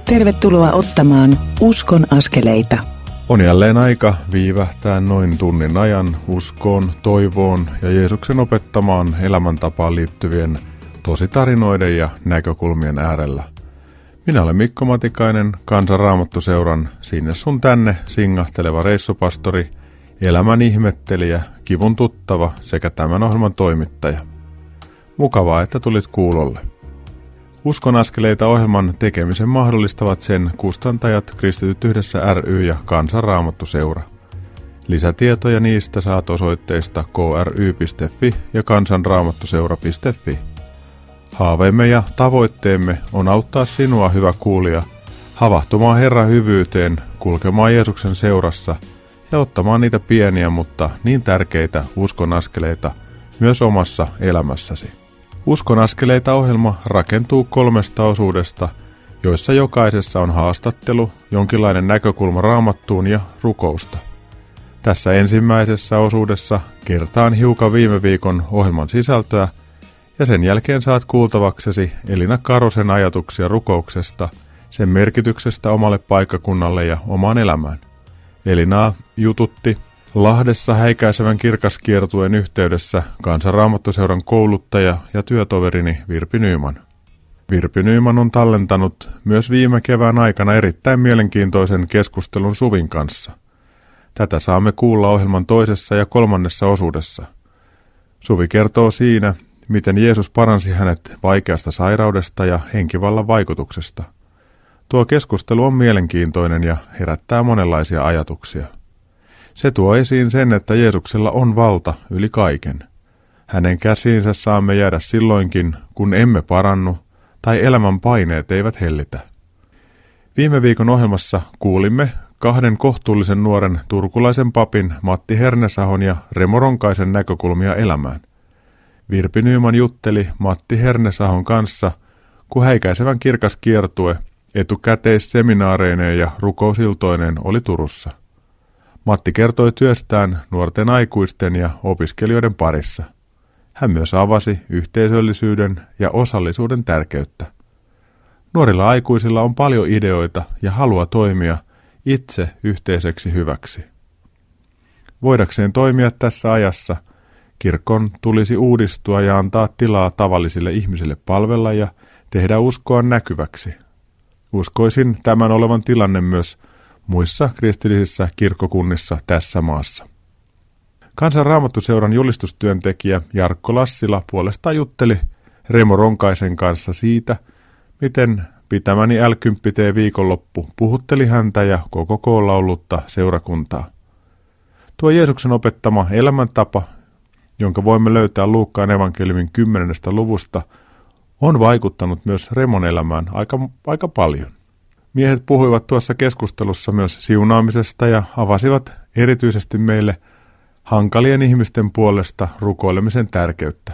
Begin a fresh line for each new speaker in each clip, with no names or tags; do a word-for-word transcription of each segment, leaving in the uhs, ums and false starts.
Tervetuloa ottamaan Uskon askeleita.
On jälleen aika viivähtää noin tunnin ajan uskoon, toivoon ja Jeesuksen opettamaan elämäntapaan liittyvien tositarinoiden ja näkökulmien äärellä. Minä olen Mikko Matikainen, Kansan Raamattuseuran sinne sun tänne singahteleva reissupastori, elämän ihmettelijä, kivun tuttava sekä tämän ohjelman toimittaja. Mukavaa, että tulit kuulolle. Uskon askeleita -ohjelman tekemisen mahdollistavat sen kustantajat Kristityt yhdessä ry ja Kansan Raamattuseura. Lisätietoja niistä saat osoitteista k r y piste f i ja kansanraamattuseura piste f i. Haaveemme ja tavoitteemme on auttaa sinua, hyvä kuulija, havahtumaan Herran hyvyyteen, kulkemaan Jeesuksen seurassa ja ottamaan niitä pieniä, mutta niin tärkeitä uskon askeleita myös omassa elämässäsi. Uskon askeleita -ohjelma rakentuu kolmesta osuudesta, joissa jokaisessa on haastattelu, jonkinlainen näkökulma Raamattuun ja rukousta. Tässä ensimmäisessä osuudessa kertaan hiukan viime viikon ohjelman sisältöä ja sen jälkeen saat kuultavaksesi Elina Karosen ajatuksia rukouksesta, sen merkityksestä omalle paikkakunnalle ja omaan elämään. Elinaa jututti Lahdessa häikäisevän kirkaskiertueen yhteydessä Kansan Raamattuseuran kouluttaja ja työtoverini Virpi Nyman. Virpi Nyman on tallentanut myös viime kevään aikana erittäin mielenkiintoisen keskustelun Suvin kanssa. Tätä saamme kuulla ohjelman toisessa ja kolmannessa osuudessa. Suvi kertoo siinä, miten Jeesus paransi hänet vaikeasta sairaudesta ja henkivallan vaikutuksesta. Tuo keskustelu on mielenkiintoinen ja herättää monenlaisia ajatuksia. Se tuo esiin sen, että Jeesuksella on valta yli kaiken. Hänen käsiinsä saamme jäädä silloinkin, kun emme parannu tai elämän paineet eivät hellitä. Viime viikon ohjelmassa kuulimme kahden kohtuullisen nuoren turkulaisen papin Matti Hernesahon ja Remo Ronkaisen näkökulmia elämään. Virpi Nyman jutteli Matti Hernesahon kanssa, kun häikäisevän kirkas kiertue etukäteisseminaareineen ja rukousiltoineen oli Turussa. Matti kertoi työstään nuorten aikuisten ja opiskelijoiden parissa. Hän myös avasi yhteisöllisyyden ja osallisuuden tärkeyttä. Nuorilla aikuisilla on paljon ideoita ja halua toimia itse yhteiseksi hyväksi. Voidakseen toimia tässä ajassa, kirkon tulisi uudistua ja antaa tilaa tavallisille ihmisille palvella ja tehdä uskoa näkyväksi. Uskoisin tämän olevan tilanne myös muissa kristillisissä kirkkokunnissa tässä maassa. Kansan Raamattuseuran julistustyöntekijä Jarkko Lassila puolestaan jutteli Remo Ronkaisen kanssa siitä, miten pitämäni L kymmenen T viikonloppu puhutteli häntä ja koko koolla ollutta seurakuntaa. Tuo Jeesuksen opettama elämäntapa, jonka voimme löytää Luukkaan evankeliumin kymmenennestä luvusta, on vaikuttanut myös Remon elämään aika, aika paljon. Miehet puhuivat tuossa keskustelussa myös siunaamisesta ja avasivat erityisesti meille hankalien ihmisten puolesta rukoilemisen tärkeyttä.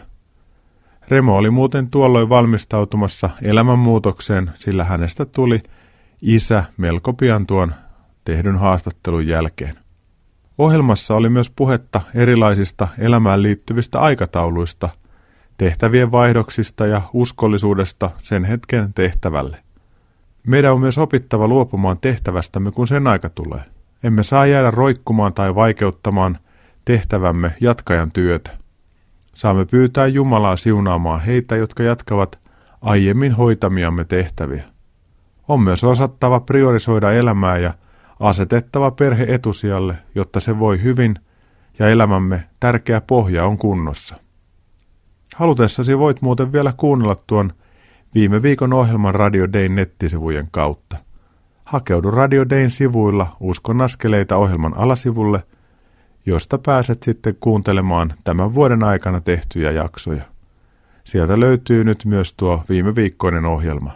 Remo oli muuten tuolloin valmistautumassa elämänmuutokseen, sillä hänestä tuli isä melko pian tuon tehdyn haastattelun jälkeen. Ohjelmassa oli myös puhetta erilaisista elämään liittyvistä aikatauluista, tehtävien vaihdoksista ja uskollisuudesta sen hetken tehtävälle. Meidän on myös opittava luopumaan tehtävästämme, kun sen aika tulee. Emme saa jäädä roikkumaan tai vaikeuttamaan tehtävämme jatkajan työtä. Saamme pyytää Jumalaa siunaamaan heitä, jotka jatkavat aiemmin hoitamiamme tehtäviä. On myös osattava priorisoida elämää ja asetettava perhe etusijalle, jotta se voi hyvin ja elämämme tärkeä pohja on kunnossa. Halutessasi voit muuten vielä kuunnella tuon viime viikon ohjelman Radio Dayn nettisivujen kautta. Hakeudu Radio Dayn sivuilla Uskon askeleita -ohjelman alasivulle, josta pääset sitten kuuntelemaan tämän vuoden aikana tehtyjä jaksoja. Sieltä löytyy nyt myös tuo viime viikkoinen ohjelma.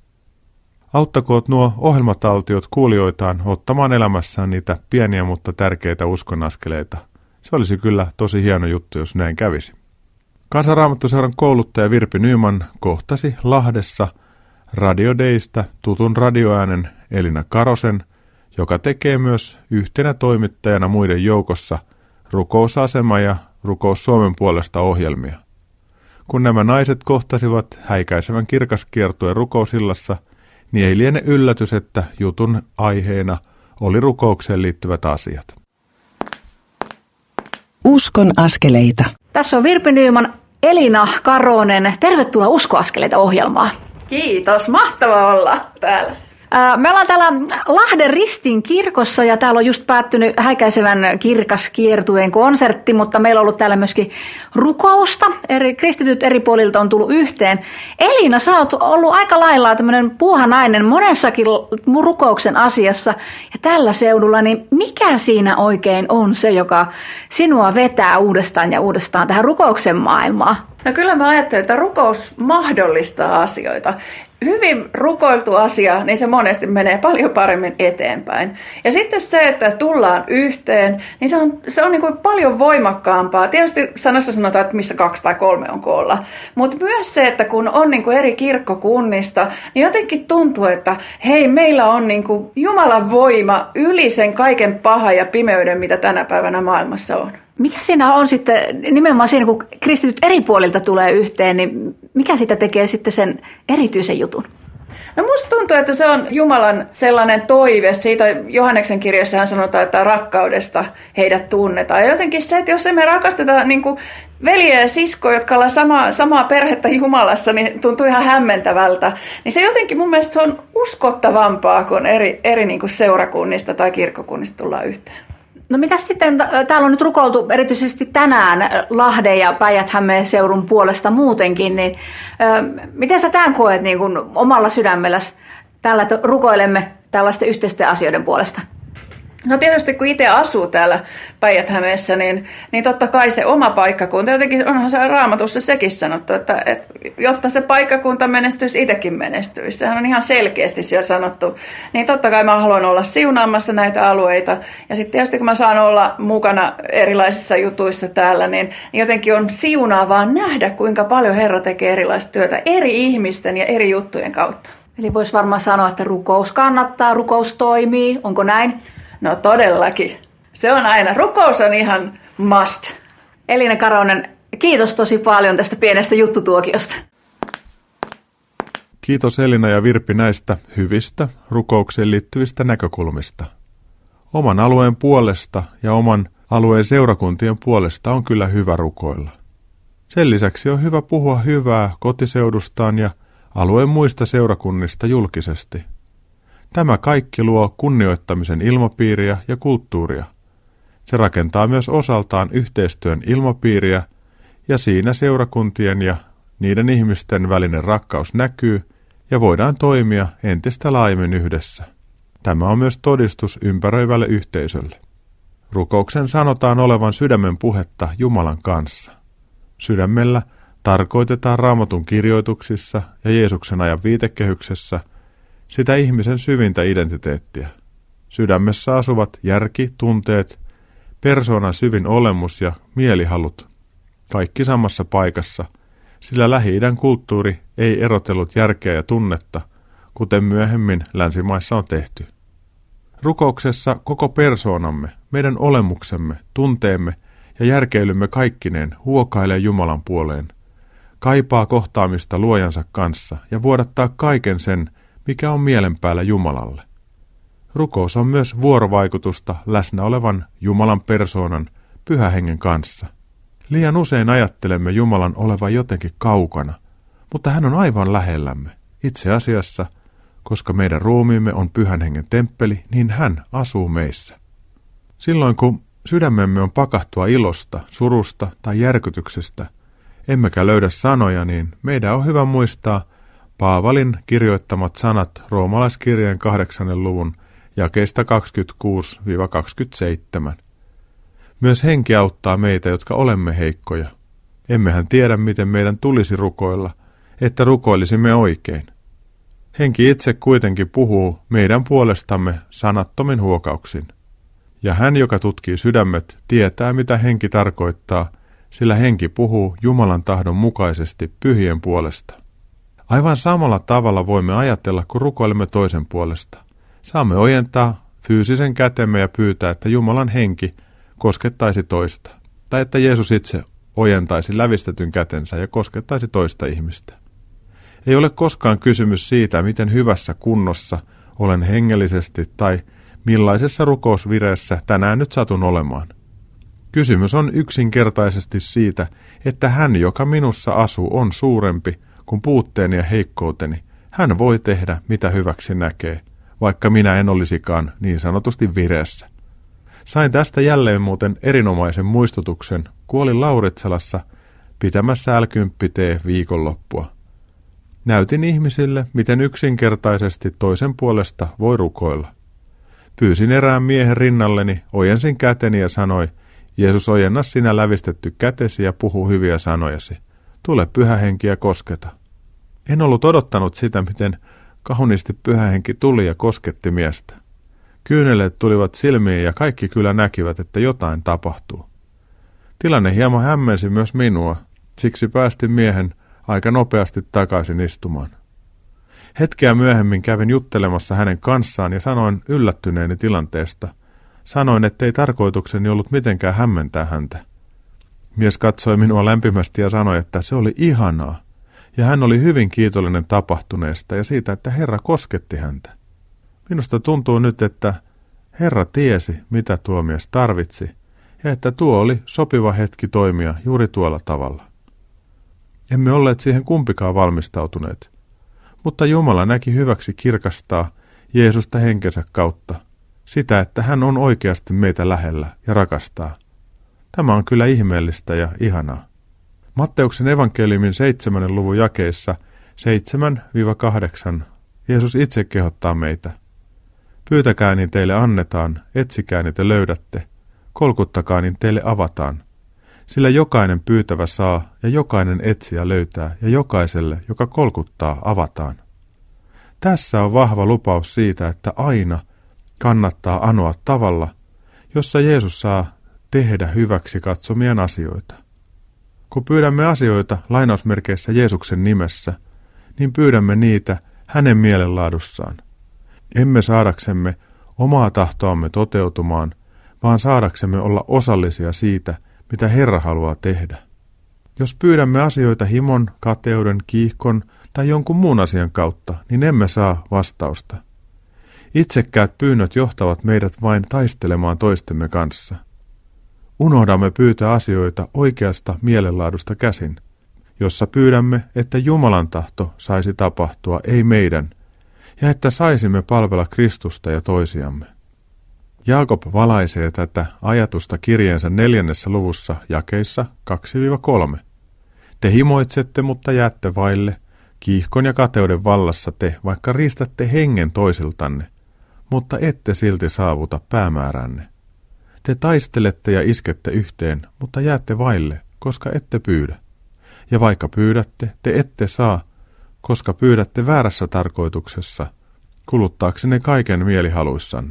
Auttakoot nuo ohjelmataltiot kuulijoitaan ottamaan elämässään niitä pieniä, mutta tärkeitä uskonaskeleita. Se olisi kyllä tosi hieno juttu, jos näin kävisi. Kansan Raamattuseuran kouluttaja Virpi Nyman kohtasi Lahdessa Radio Daystä tutun radioäänen Elina Karosen, joka tekee myös yhtenä toimittajana muiden joukossa Rukousasema ja Rukous Suomen puolesta -ohjelmia. Kun nämä naiset kohtasivat häikäisevän kirkaskiertueen rukousillassa, niin ei liene yllätys, että jutun aiheena oli rukoukseen liittyvät asiat.
Uskon askeleita.
Tässä on Virpi Nyman, Elina Karonen. Tervetuloa Uskoaskeleita -ohjelmaan.
Kiitos, mahtavaa olla täällä.
Me ollaan täällä Lahden Ristin kirkossa ja täällä on just päättynyt Häikäisevän kirkas kiertueen konsertti, mutta meillä on ollut täällä myöskin rukousta. Eri, kristityt eri puolilta on tullut yhteen. Elina, sä oot ollut aika lailla tämmöinen puuhanainen monessakin rukouksen asiassa ja tällä seudulla, niin mikä siinä oikein on se, joka sinua vetää uudestaan ja uudestaan tähän rukouksen maailmaan?
No kyllä mä ajattelen, että rukous mahdollistaa asioita. Hyvin rukoiltu asia, niin se monesti menee paljon paremmin eteenpäin. Ja sitten se, että tullaan yhteen, niin se on, se on niin kuin paljon voimakkaampaa. Tietysti sanassa sanotaan, että missä kaksi tai kolme on koolla. Mutta myös se, että kun on niin kuin eri kirkkokunnista, niin jotenkin tuntuu, että hei, meillä on niin kuin Jumalan voima yli sen kaiken pahan ja pimeyden, mitä tänä päivänä maailmassa on.
Mikä siinä on sitten, nimenomaan siinä, kun kristityt eri puolilta tulee yhteen, niin mikä sitä tekee sitten sen erityisen jutun?
No musta tuntuu, että se on Jumalan sellainen toive. Siitä Johanneksen kirjassahan sanotaan, että rakkaudesta heidät tunnetaan. Ja jotenkin se, että jos emme rakasteta niin kuin veljeä ja siskoja, jotka ollaan sama, samaa perhettä Jumalassa, niin tuntuu ihan hämmentävältä. Niin se jotenkin mun mielestä se on uskottavampaa, kun eri, eri niin kuin seurakunnista tai kirkkokunnista tullaan yhteen.
No mitä sitten, täällä on nyt rukoiltu erityisesti tänään Lahden ja Päijät-Hämeen seudun puolesta muutenkin, niin ö, miten sä tämän koet niin kun omalla sydämelläsi tällä rukoilemme tällaisten yhteisten asioiden puolesta?
No tietysti kun itse asuu täällä Päijät-Hämeessä, niin, niin totta kai se oma paikkakunta, jotenkin onhan se Raamatussa sekin sanottu, että, että jotta se paikkakunta menestyisi, itsekin menestyisi. Sehän on ihan selkeästi siellä sanottu. Niin totta kai mä haluan olla siunaamassa näitä alueita. Ja sitten tietysti kun mä saan olla mukana erilaisissa jutuissa täällä, niin jotenkin on siunaavaa nähdä, kuinka paljon Herra tekee erilaista työtä eri ihmisten ja eri juttujen kautta.
Eli voisi varmaan sanoa, että rukous kannattaa, rukous toimii. Onko näin?
No todellakin. Se on aina. Rukous on ihan must.
Elina Karonen, kiitos tosi paljon tästä pienestä juttutuokiosta.
Kiitos Elina ja Virpi näistä hyvistä rukoukseen liittyvistä näkökulmista. Oman alueen puolesta ja oman alueen seurakuntien puolesta on kyllä hyvä rukoilla. Sen lisäksi on hyvä puhua hyvää kotiseudustaan ja alueen muista seurakunnista julkisesti. Tämä kaikki luo kunnioittamisen ilmapiiriä ja kulttuuria. Se rakentaa myös osaltaan yhteistyön ilmapiiriä ja siinä seurakuntien ja niiden ihmisten välinen rakkaus näkyy ja voidaan toimia entistä laajemmin yhdessä. Tämä on myös todistus ympäröivälle yhteisölle. Rukouksen sanotaan olevan sydämen puhetta Jumalan kanssa. Sydämellä tarkoitetaan Raamatun kirjoituksissa ja Jeesuksen ajan viitekehyksessä sitä ihmisen syvintä identiteettiä. Sydämessä asuvat järki, tunteet, persoonan syvin olemus ja mielihalut, kaikki samassa paikassa, sillä Lähi-idän kulttuuri ei erotellut järkeä ja tunnetta, kuten myöhemmin länsimaissa on tehty. Rukouksessa koko persoonamme, meidän olemuksemme, tunteemme ja järkeilymme kaikkineen huokailee Jumalan puoleen, kaipaa kohtaamista luojansa kanssa ja vuodattaa kaiken sen, mikä on mielen päällä Jumalalle. Rukous on myös vuorovaikutusta läsnä olevan Jumalan persoonan, Pyhän Hengen kanssa. Liian usein ajattelemme Jumalan olevan jotenkin kaukana, mutta hän on aivan lähellämme. Itse asiassa, koska meidän ruumiimme on Pyhän Hengen temppeli, niin hän asuu meissä. Silloin kun sydämemme on pakahtua ilosta, surusta tai järkytyksestä, emmekä löydä sanoja, niin meidän on hyvä muistaa Paavalin kirjoittamat sanat roomalaiskirjeen kahdeksannen luvun jakeista kaksikymmentäkuusi kaksikymmentäseitsemän. Myös henki auttaa meitä, jotka olemme heikkoja. Emmehän tiedä, miten meidän tulisi rukoilla, että rukoilisimme oikein. Henki itse kuitenkin puhuu meidän puolestamme sanattomin huokauksin. Ja hän, joka tutkii sydämet, tietää, mitä henki tarkoittaa, sillä henki puhuu Jumalan tahdon mukaisesti pyhien puolesta. Aivan samalla tavalla voimme ajatella, kun rukoilemme toisen puolesta. Saamme ojentaa fyysisen kätemme ja pyytää, että Jumalan henki koskettaisi toista, tai että Jeesus itse ojentaisi lävistetyn kätensä ja koskettaisi toista ihmistä. Ei ole koskaan kysymys siitä, miten hyvässä kunnossa olen hengellisesti tai millaisessa rukousvireessä tänään nyt satun olemaan. Kysymys on yksinkertaisesti siitä, että hän, joka minussa asuu, on suurempi kuin puutteeni ja heikkouteni. Hän voi tehdä, mitä hyväksi näkee, vaikka minä en olisikaan niin sanotusti vireessä. Sain tästä jälleen muuten erinomaisen muistutuksen, kun olin Lauritsalassa pitämässä L kymmenen T-viikonloppua. Näytin ihmisille, miten yksinkertaisesti toisen puolesta voi rukoilla. Pyysin erään miehen rinnalleni, ojensin käteni ja sanoi, Jeesus, ojenna sinä lävistetty kätesi ja puhu hyviä sanojasi. Tule Pyhä Henki ja kosketa. En ollut odottanut sitä, miten kauniisti Pyhä Henki tuli ja kosketti miestä. Kyyneleet tulivat silmiin ja kaikki kyllä näkivät, että jotain tapahtuu. Tilanne hieman hämmensi myös minua, siksi päästin miehen aika nopeasti takaisin istumaan. Hetkeä myöhemmin kävin juttelemassa hänen kanssaan ja sanoin yllättyneeni tilanteesta. Sanoin, ettei tarkoitukseni ollut mitenkään hämmentää häntä. Mies katsoi minua lämpimästi ja sanoi, että se oli ihanaa, ja hän oli hyvin kiitollinen tapahtuneesta ja siitä, että Herra kosketti häntä. Minusta tuntuu nyt, että Herra tiesi, mitä tuo mies tarvitsi, ja että tuo oli sopiva hetki toimia juuri tuolla tavalla. Emme olleet siihen kumpikaan valmistautuneet, mutta Jumala näki hyväksi kirkastaa Jeesusta henkensä kautta, sitä, että hän on oikeasti meitä lähellä ja rakastaa. Tämä on kyllä ihmeellistä ja ihanaa. Matteuksen evankeliumin seitsemännen luvun jakeissa seitsemän kahdeksan Jeesus itse kehottaa meitä. Pyytäkää, niin teille annetaan, etsikää, niin te löydätte, kolkuttakaa, niin teille avataan. Sillä jokainen pyytävä saa ja jokainen etsijä löytää ja jokaiselle, joka kolkuttaa, avataan. Tässä on vahva lupaus siitä, että aina kannattaa anoa tavalla, jossa Jeesus saa tehdä hyväksi katsomien asioita. Kun pyydämme asioita lainausmerkeissä Jeesuksen nimessä, niin pyydämme niitä hänen mielenlaadussaan. Emme saadaksemme omaa tahtoamme toteutumaan, vaan saadaksemme olla osallisia siitä, mitä Herra haluaa tehdä. Jos pyydämme asioita himon, kateuden, kiihkon tai jonkun muun asian kautta, niin emme saa vastausta. Itsekkäät pyynnöt johtavat meidät vain taistelemaan toistemme kanssa. Unohdamme pyytää asioita oikeasta mielenlaadusta käsin, jossa pyydämme, että Jumalan tahto saisi tapahtua, ei meidän, ja että saisimme palvella Kristusta ja toisiamme. Jaakob valaisee tätä ajatusta kirjeensä neljännessä luvussa jakeissa kaksi kolme. Te himoitsette, mutta jäätte vaille, kiihkon ja kateuden vallassa te, vaikka riistätte hengen toisiltanne, mutta ette silti saavuta päämääränne. Te taistelette ja iskette yhteen, mutta jäätte vaille, koska ette pyydä. Ja vaikka pyydätte, te ette saa, koska pyydätte väärässä tarkoituksessa, kuluttaaksenne kaiken mielihaluissanne.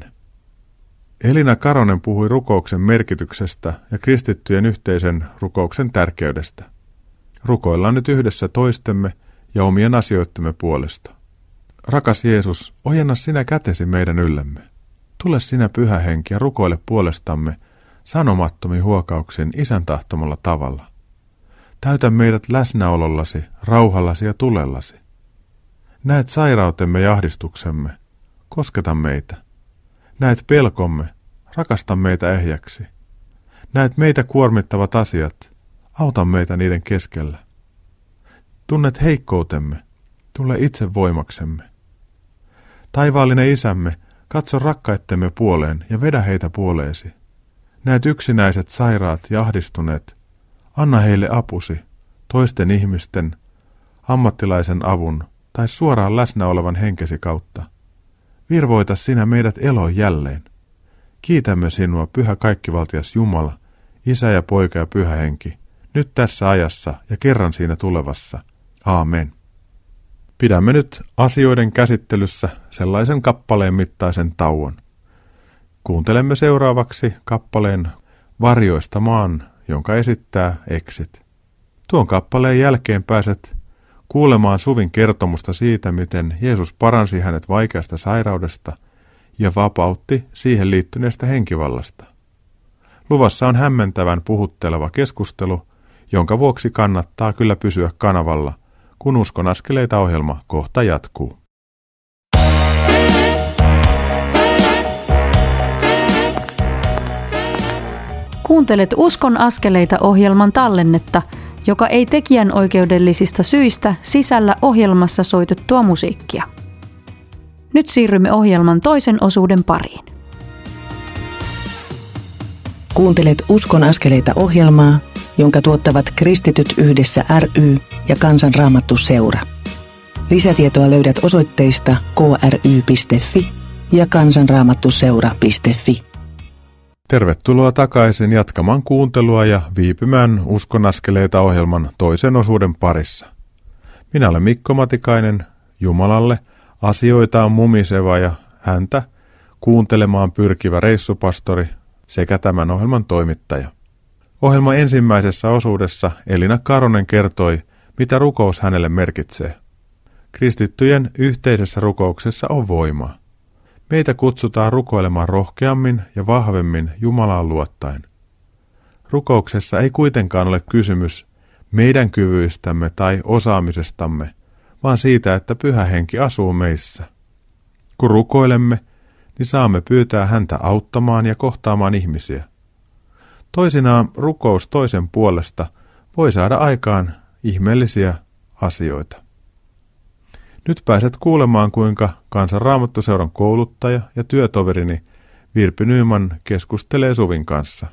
Elina Karonen puhui rukouksen merkityksestä ja kristittyjen yhteisen rukouksen tärkeydestä. Rukoillaan nyt yhdessä toistemme ja omien asioittemme puolesta. Rakas Jeesus, ojenna sinä kätesi meidän yllämme. Tule sinä Pyhä Henki ja rukoile puolestamme sanomattomin huokauksin Isän tahtomalla tavalla. Täytä meidät läsnäolollasi, rauhallasi ja tulellasi. Näet sairautemme ja ahdistuksemme, kosketa meitä. Näet pelkomme, rakasta meitä ehjäksi. Näet meitä kuormittavat asiat, auta meitä niiden keskellä. Tunnet heikkoutemme, tule itse voimaksemme. Taivaallinen Isämme, katso rakkaittemme puoleen ja vedä heitä puoleesi. Näet yksinäiset sairaat ja ahdistuneet, anna heille apusi, toisten ihmisten, ammattilaisen avun tai suoraan läsnä olevan henkesi kautta. Virvoita sinä meidät eloon jälleen. Kiitämme sinua, Pyhä Kaikkivaltias Jumala, Isä ja Poika ja Pyhä Henki, nyt tässä ajassa ja kerran siinä tulevassa. Aamen. Pidämme nyt asioiden käsittelyssä sellaisen kappaleen mittaisen tauon. Kuuntelemme seuraavaksi kappaleen Varjoista maan, jonka esittää Exit. Tuon kappaleen jälkeen pääset kuulemaan Suvin kertomusta siitä, miten Jeesus paransi hänet vaikeasta sairaudesta ja vapautti siihen liittyneestä henkivallasta. Luvassa on hämmentävän puhutteleva keskustelu, jonka vuoksi kannattaa kyllä pysyä kanavalla, kun Uskon askeleita -ohjelma kohta jatkuu.
Kuuntelet Uskon askeleita -ohjelman tallennetta, joka ei tekijänoikeudellisista syistä sisällä ohjelmassa soitettua musiikkia. Nyt siirrymme ohjelman toisen osuuden pariin.
Kuuntelet Uskon askeleita -ohjelmaa, jonka tuottavat Kristityt yhdessä ry ja Kansanraamattu seura. Lisätietoa löydät osoitteista k r y piste f i ja kansanraamattuseura piste f i.
Tervetuloa takaisin jatkamaan kuuntelua ja viipymään Uskon askeleita -ohjelman toisen osuuden parissa. Minä olen Mikko Matikainen, Jumalalle asioitaan mumiseva ja häntä kuuntelemaan pyrkivä reissupastori sekä tämän ohjelman toimittaja. Ohjelman ensimmäisessä osuudessa Elina Karonen kertoi, mitä rukous hänelle merkitsee. Kristittyjen yhteisessä rukouksessa on voimaa. Meitä kutsutaan rukoilemaan rohkeammin ja vahvemmin Jumalaan luottaen. Rukouksessa ei kuitenkaan ole kysymys meidän kyvyistämme tai osaamisestamme, vaan siitä, että Pyhä Henki asuu meissä. Kun rukoilemme, niin saamme pyytää häntä auttamaan ja kohtaamaan ihmisiä. Toisinaan rukous toisen puolesta voi saada aikaan ihmeellisiä asioita. Nyt pääset kuulemaan, kuinka Kansanraamattuseuran kouluttaja ja työtoverini Virpi Nyman keskustelee Suvin kanssa.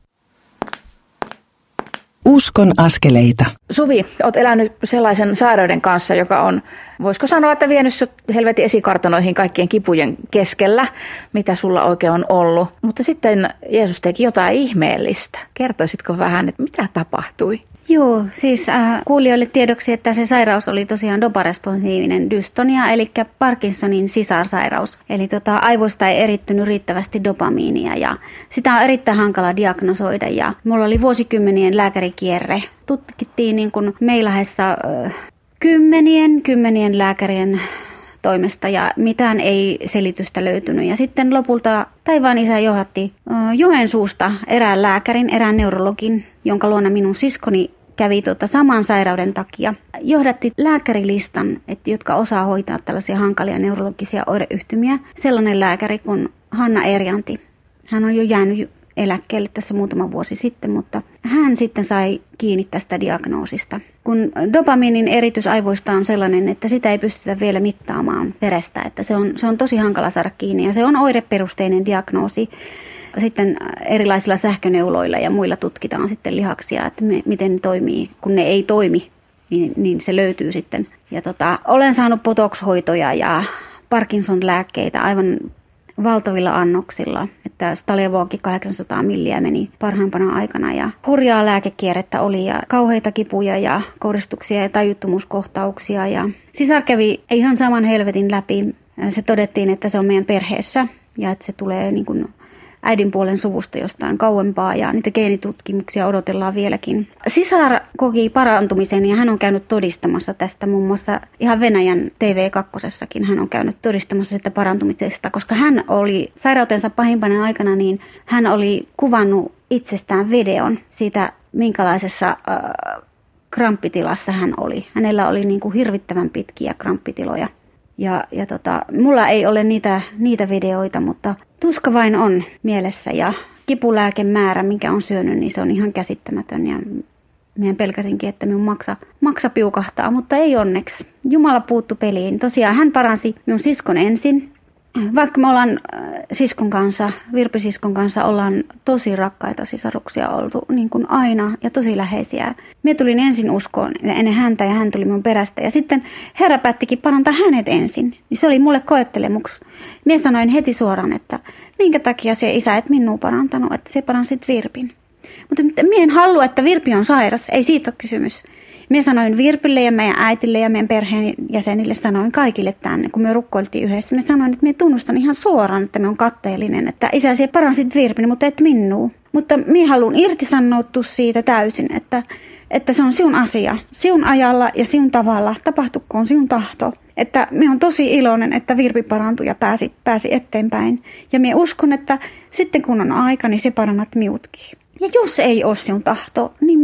Uskon askeleita.
Suvi, olet elänyt sellaisen sairauden kanssa, joka on, voisiko sanoa, että vienyt sut helvetin esikartanoihin kaikkien kipujen keskellä, mitä sulla oikein on ollut. Mutta sitten Jeesus teki jotain ihmeellistä. Kertoisitko vähän, että mitä tapahtui?
Joo, siis äh, kuulijoille tiedoksi, että se sairaus oli tosiaan doparesponsiivinen dystonia, eli Parkinsonin sisarsairaus. Eli tota, aivoista ei erittynyt riittävästi dopamiinia ja sitä on erittäin hankala diagnosoida. Ja mulla oli vuosikymmenien lääkärikierre. Tutkittiin niin kuin Meilahessa äh, kymmenien, kymmenien lääkärien toimesta ja mitään ei selitystä löytynyt. Ja sitten lopulta taivaan isä johdatti äh, Joensuusta erään lääkärin, erään neurologin, jonka luona minun siskoni kävi tuota saman sairauden takia. Johdatti lääkärilistan, että jotka osaa hoitaa tällaisia hankalia neurologisia oireyhtymiä. Sellainen lääkäri kuin Hanna Erjanti. Hän on jo jäänyt eläkkeelle tässä muutama vuosi sitten, mutta hän sitten sai kiinni tästä diagnoosista. Kun dopamiinin eritys aivoista on sellainen, että sitä ei pystytä vielä mittaamaan verestä, että se on, se on tosi hankala saada kiinni ja se on oireperusteinen diagnoosi. Sitten erilaisilla sähköneuloilla ja muilla tutkitaan sitten lihaksia, että me, miten ne toimii. Kun ne ei toimi, niin, niin se löytyy sitten. Ja tota, olen saanut botox-hoitoja ja Parkinson-lääkkeitä aivan valtavilla annoksilla, että Stalevoakin kahdeksansataa milliä meni parhaimpana aikana ja hurjaa lääkekierrettä oli ja kauheita kipuja ja kouristuksia ja tajuttomuuskohtauksia ja sisar kävi ihan saman helvetin läpi. Se todettiin, että se on meidän perheessä ja että se tulee niin kuin äidin puolen suvusta jostain kauempaa ja niitä geenitutkimuksia odotellaan vieläkin. Sisar koki parantumisen ja hän on käynyt todistamassa tästä muun muassa ihan Venäjän T V kaksi hän on käynyt todistamassa sitä parantumisesta, koska hän oli sairautensa pahimpana aikana, niin hän oli kuvannut itsestään videon siitä, minkälaisessa äh, kramppitilassa hän oli. Hänellä oli niin kuin hirvittävän pitkiä kramppitiloja. Ja, ja tota, mulla ei ole niitä, niitä videoita, mutta tuska vain on mielessä ja kipulääkemäärä, minkä on syönyt, niin se on ihan käsittämätön. Ja minä pelkäsinkin, että minun maksa, maksa piukahtaa, mutta ei onneksi. Jumala puuttu peliin. Tosiaan hän paransi minun siskon ensin. Vaikka me ollaan siskon kanssa, Virpi-siskon kanssa, ollaan tosi rakkaita sisaruksia oltu niin kuin aina ja tosi läheisiä. Minä tulin ensin uskoon ennen häntä ja hän tuli minun perästä. Ja sitten Herra päättikin parantaa hänet ensin. Se oli mulle koettelemuksi. Minä sanoin heti suoraan, että minkä takia se isä et minua parantanut, että se paransit Virpin. Mutta minä en halua, että Virpi on sairas, ei siitä ole kysymys. Minä sanoin Virpille ja meidän äitille ja meidän perheen jäsenille, sanoin kaikille tänne, kun me rukkoiltiin yhdessä. Minä sanoin, että minä tunnustan ihan suoraan, että minä olen katteellinen, että isä, sinä paransit Virpin, mutta et minua. Mutta minä haluan irtisanoutua siitä täysin, että, että se on sinun asia, sinun ajalla ja sinun tavalla, tapahtukoon sinun tahto. Että minä olen tosi iloinen, että Virpi parantui ja pääsi, pääsi eteenpäin. Ja minä uskon, että sitten kun on aika, niin se parannat miutkin. Ja jos ei ole sinun tahto, niin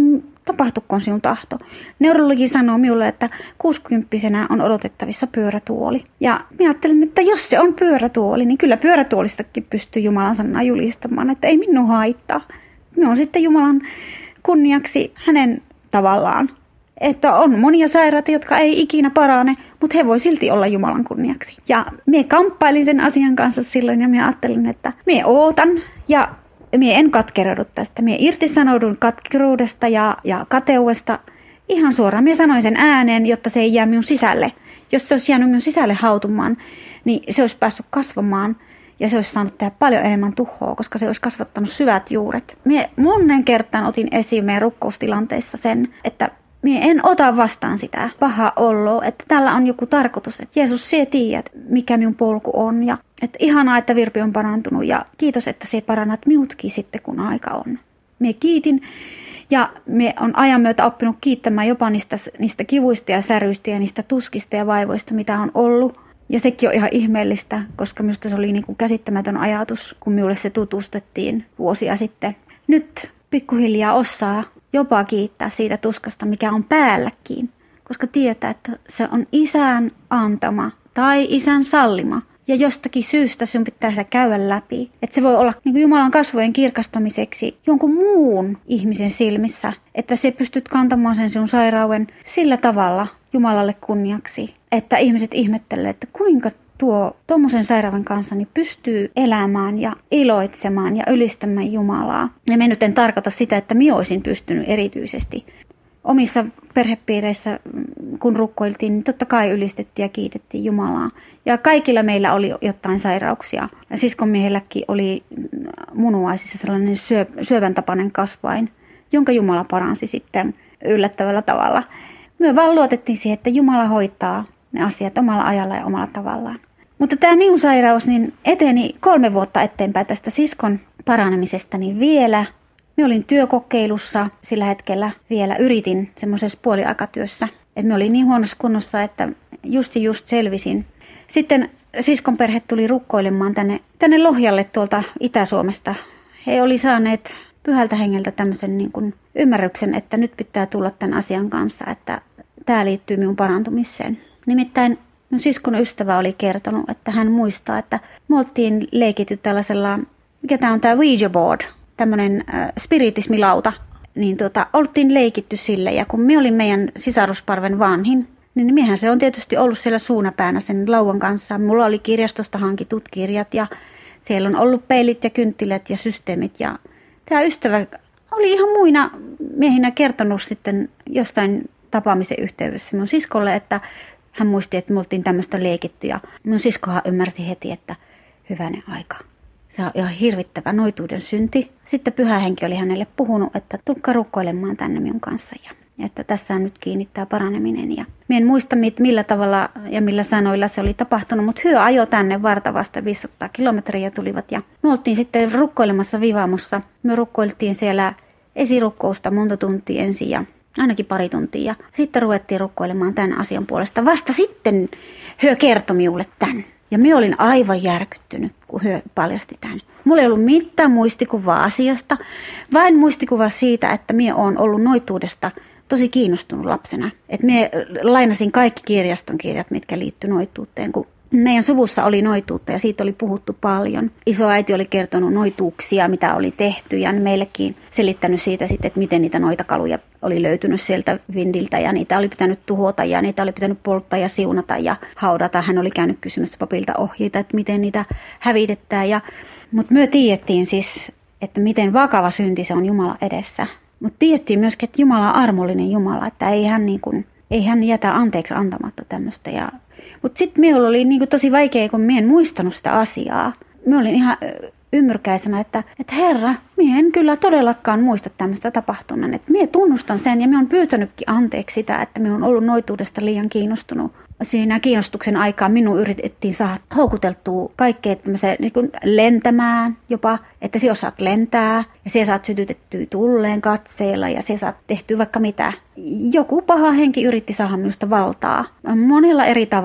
tapahtukoon sinun tahto. Neurologi sanoo minulle, että kuusikymppisenä on odotettavissa pyörätuoli. Ja minä ajattelin, että jos se on pyörätuoli, niin kyllä pyörätuolistakin pystyy Jumalan sanaa julistamaan, että ei minun haittaa. Minä on sitten Jumalan kunniaksi hänen tavallaan. Että on monia sairaita, jotka ei ikinä parane, mutta he voi silti olla Jumalan kunniaksi. Ja minä kamppailin sen asian kanssa silloin ja minä ajattelin, että minä ootan ja minä en katkeroidu tästä. Minä irtisanoudun katkeruudesta ja, ja kateudesta ihan suoraan. Minä sanoin sen ääneen, jotta se ei jää minun sisälle. Jos se olisi jäänyt minun sisälle hautumaan, niin se olisi päässyt kasvamaan ja se olisi saanut tehdä paljon enemmän tuhoa, koska se olisi kasvattanut syvät juuret. Minä monen kertaan otin esiin meidän rukkoustilanteissa sen, että minä en ota vastaan sitä pahaa oloa, että tällä on joku tarkoitus, että Jeesus, sinä tiedät, mikä minun polku on. Ja että ihanaa, että Virpi on parantunut ja kiitos, että sinä parannat minutkin sitten, kun aika on. Minä kiitin ja minä olen ajan myötä oppinut kiittämään jopa niistä, niistä kivuista ja säryistä ja niistä tuskista ja vaivoista, mitä on ollut. Ja sekin on ihan ihmeellistä, koska minusta se oli niin kuin käsittämätön ajatus, kun minulle se tutustettiin vuosia sitten. Nyt pikkuhiljaa osaa jopa kiittää siitä tuskasta, mikä on päälläkin, koska tietää, että se on isän antama tai isän sallima. Ja jostakin syystä sinun pitää se käydä läpi. Että se voi olla niin kuin Jumalan kasvojen kirkastamiseksi jonkun muun ihmisen silmissä. Että se pystyt kantamaan sen sinun sairauden sillä tavalla Jumalalle kunniaksi. Että ihmiset ihmettelee, että kuinka tuo tuommoisen sairauden kanssa niin pystyy elämään ja iloitsemaan ja ylistämään Jumalaa. Ja minä nyt en tarkoita sitä, että minä olisin pystynyt erityisesti. Omissa perhepiireissä, kun rukkoiltiin, niin totta kai ylistettiin ja kiitettiin Jumalaa. Ja kaikilla meillä oli jotain sairauksia. Ja siskonmiehelläkin oli munuaisissa sellainen syö, syövän tapainen kasvain, jonka Jumala paransi sitten yllättävällä tavalla. Me vaan luotettiin siihen, että Jumala hoitaa ne asiat omalla ajalla ja omalla tavallaan. Mutta tämä minun sairaus niin eteni kolme vuotta eteenpäin tästä siskon paranemisesta niin vielä. Minä olin työkokeilussa sillä hetkellä vielä, yritin semmoisessa puoliaikatyössä. Että minä olin niin huonossa kunnossa, että just just selvisin. Sitten siskon perhe tuli rukkoilemaan tänne, tänne Lohjalle tuolta Itä-Suomesta. He oli saaneet Pyhältä Hengeltä tämmöisen niin kuin ymmärryksen, että nyt pitää tulla tämän asian kanssa, että tämä liittyy minun parantumiseen. Nimittäin minun siskon ystävä oli kertonut, että hän muistaa, että me oltiin leikitty tällaisella, mikä tämä on tämä Ouija board, tämmöinen äh, spiritismilauta, niin tota, oltiin leikitty sille. Ja kun me olin meidän sisarusparven vanhin, niin miehän se on tietysti ollut siellä suunapäänä sen lauan kanssa. Mulla oli kirjastosta hankitut kirjat ja siellä on ollut peilit ja kynttilät ja systeemit. Ja tämä ystävä oli ihan muina miehinä kertonut sitten jostain tapaamisen yhteydessä minun siskolle, että hän muisti, että me oltiin tämmöistä leikitty. Ja minun siskohan ymmärsi heti, että hyvänen aika. Se on ihan hirvittävä noituuden synti. Sitten Pyhä Henki oli hänelle puhunut, että tulkaa rukkoilemaan tänne minun kanssa. Ja että tässä on nyt kiinnittää paraneminen. Ja minä en muista, millä tavalla ja millä sanoilla se oli tapahtunut, mutta hyö ajoi tänne vartavasta viisisataa kilometriä tulivat. Ja me oltiin sitten rukkoilemassa Vivaamossa. Me rukkoiltiin siellä esirukkousta monta tuntia ensin ja ainakin pari tuntia. Ja sitten ruvettiin rukkoilemaan tämän asian puolesta. Vasta sitten hyö kertoi minulle tämän. Ja minä olin aivan järkyttynyt, kun hyö paljasti tämän. Mulla ei ollut mitään muistikuvaa asiasta, vain muistikuva siitä, että minä olen ollut noituudesta tosi kiinnostunut lapsena. Että minä lainasin kaikki kirjaston kirjat, mitkä liittyy noituuteen, kun meidän suvussa oli noituutta ja siitä oli puhuttu paljon. Isoäiti oli kertonut noituuksia, mitä oli tehty ja meillekin selittänyt siitä sitten, että miten niitä noitakaluja oli löytynyt sieltä vindiltä ja niitä oli pitänyt tuhota ja niitä oli pitänyt polttaa ja siunata ja haudata. Hän oli käynyt kysymässä papilta ohjeita, että miten niitä hävitetään. Ja, mutta me tiedettiin siis, että miten vakava synti se on Jumala edessä. Mutta tiedettiin myöskin, että Jumala on armollinen Jumala, että ei hän, niin kuin, ei hän jätä anteeksi antamatta tämmöistä. Ja mutta sitten minulla oli niinku tosi vaikea, kun minä en muistanut sitä asiaa. Minä olin ihan ymmyrkäisenä, että, että herra, minä en kyllä todellakaan muista tämmöistä tapahtuneen. Että minä tunnustan sen ja minä olen pyytänytkin anteeksi sitä, että minä olen ollut noituudesta liian kiinnostunut. Siinä kiinnostuksen aikaa minun yritettiin saada houkuteltua kaikkea tämmöiseen niin kuin lentämään jopa, että sinä osaat lentää ja sinä saat sytytettyä tulleen katseella ja sinä saat tehtyä vaikka mitä. Joku paha henki yritti saada minusta valtaa monella eri tavalla.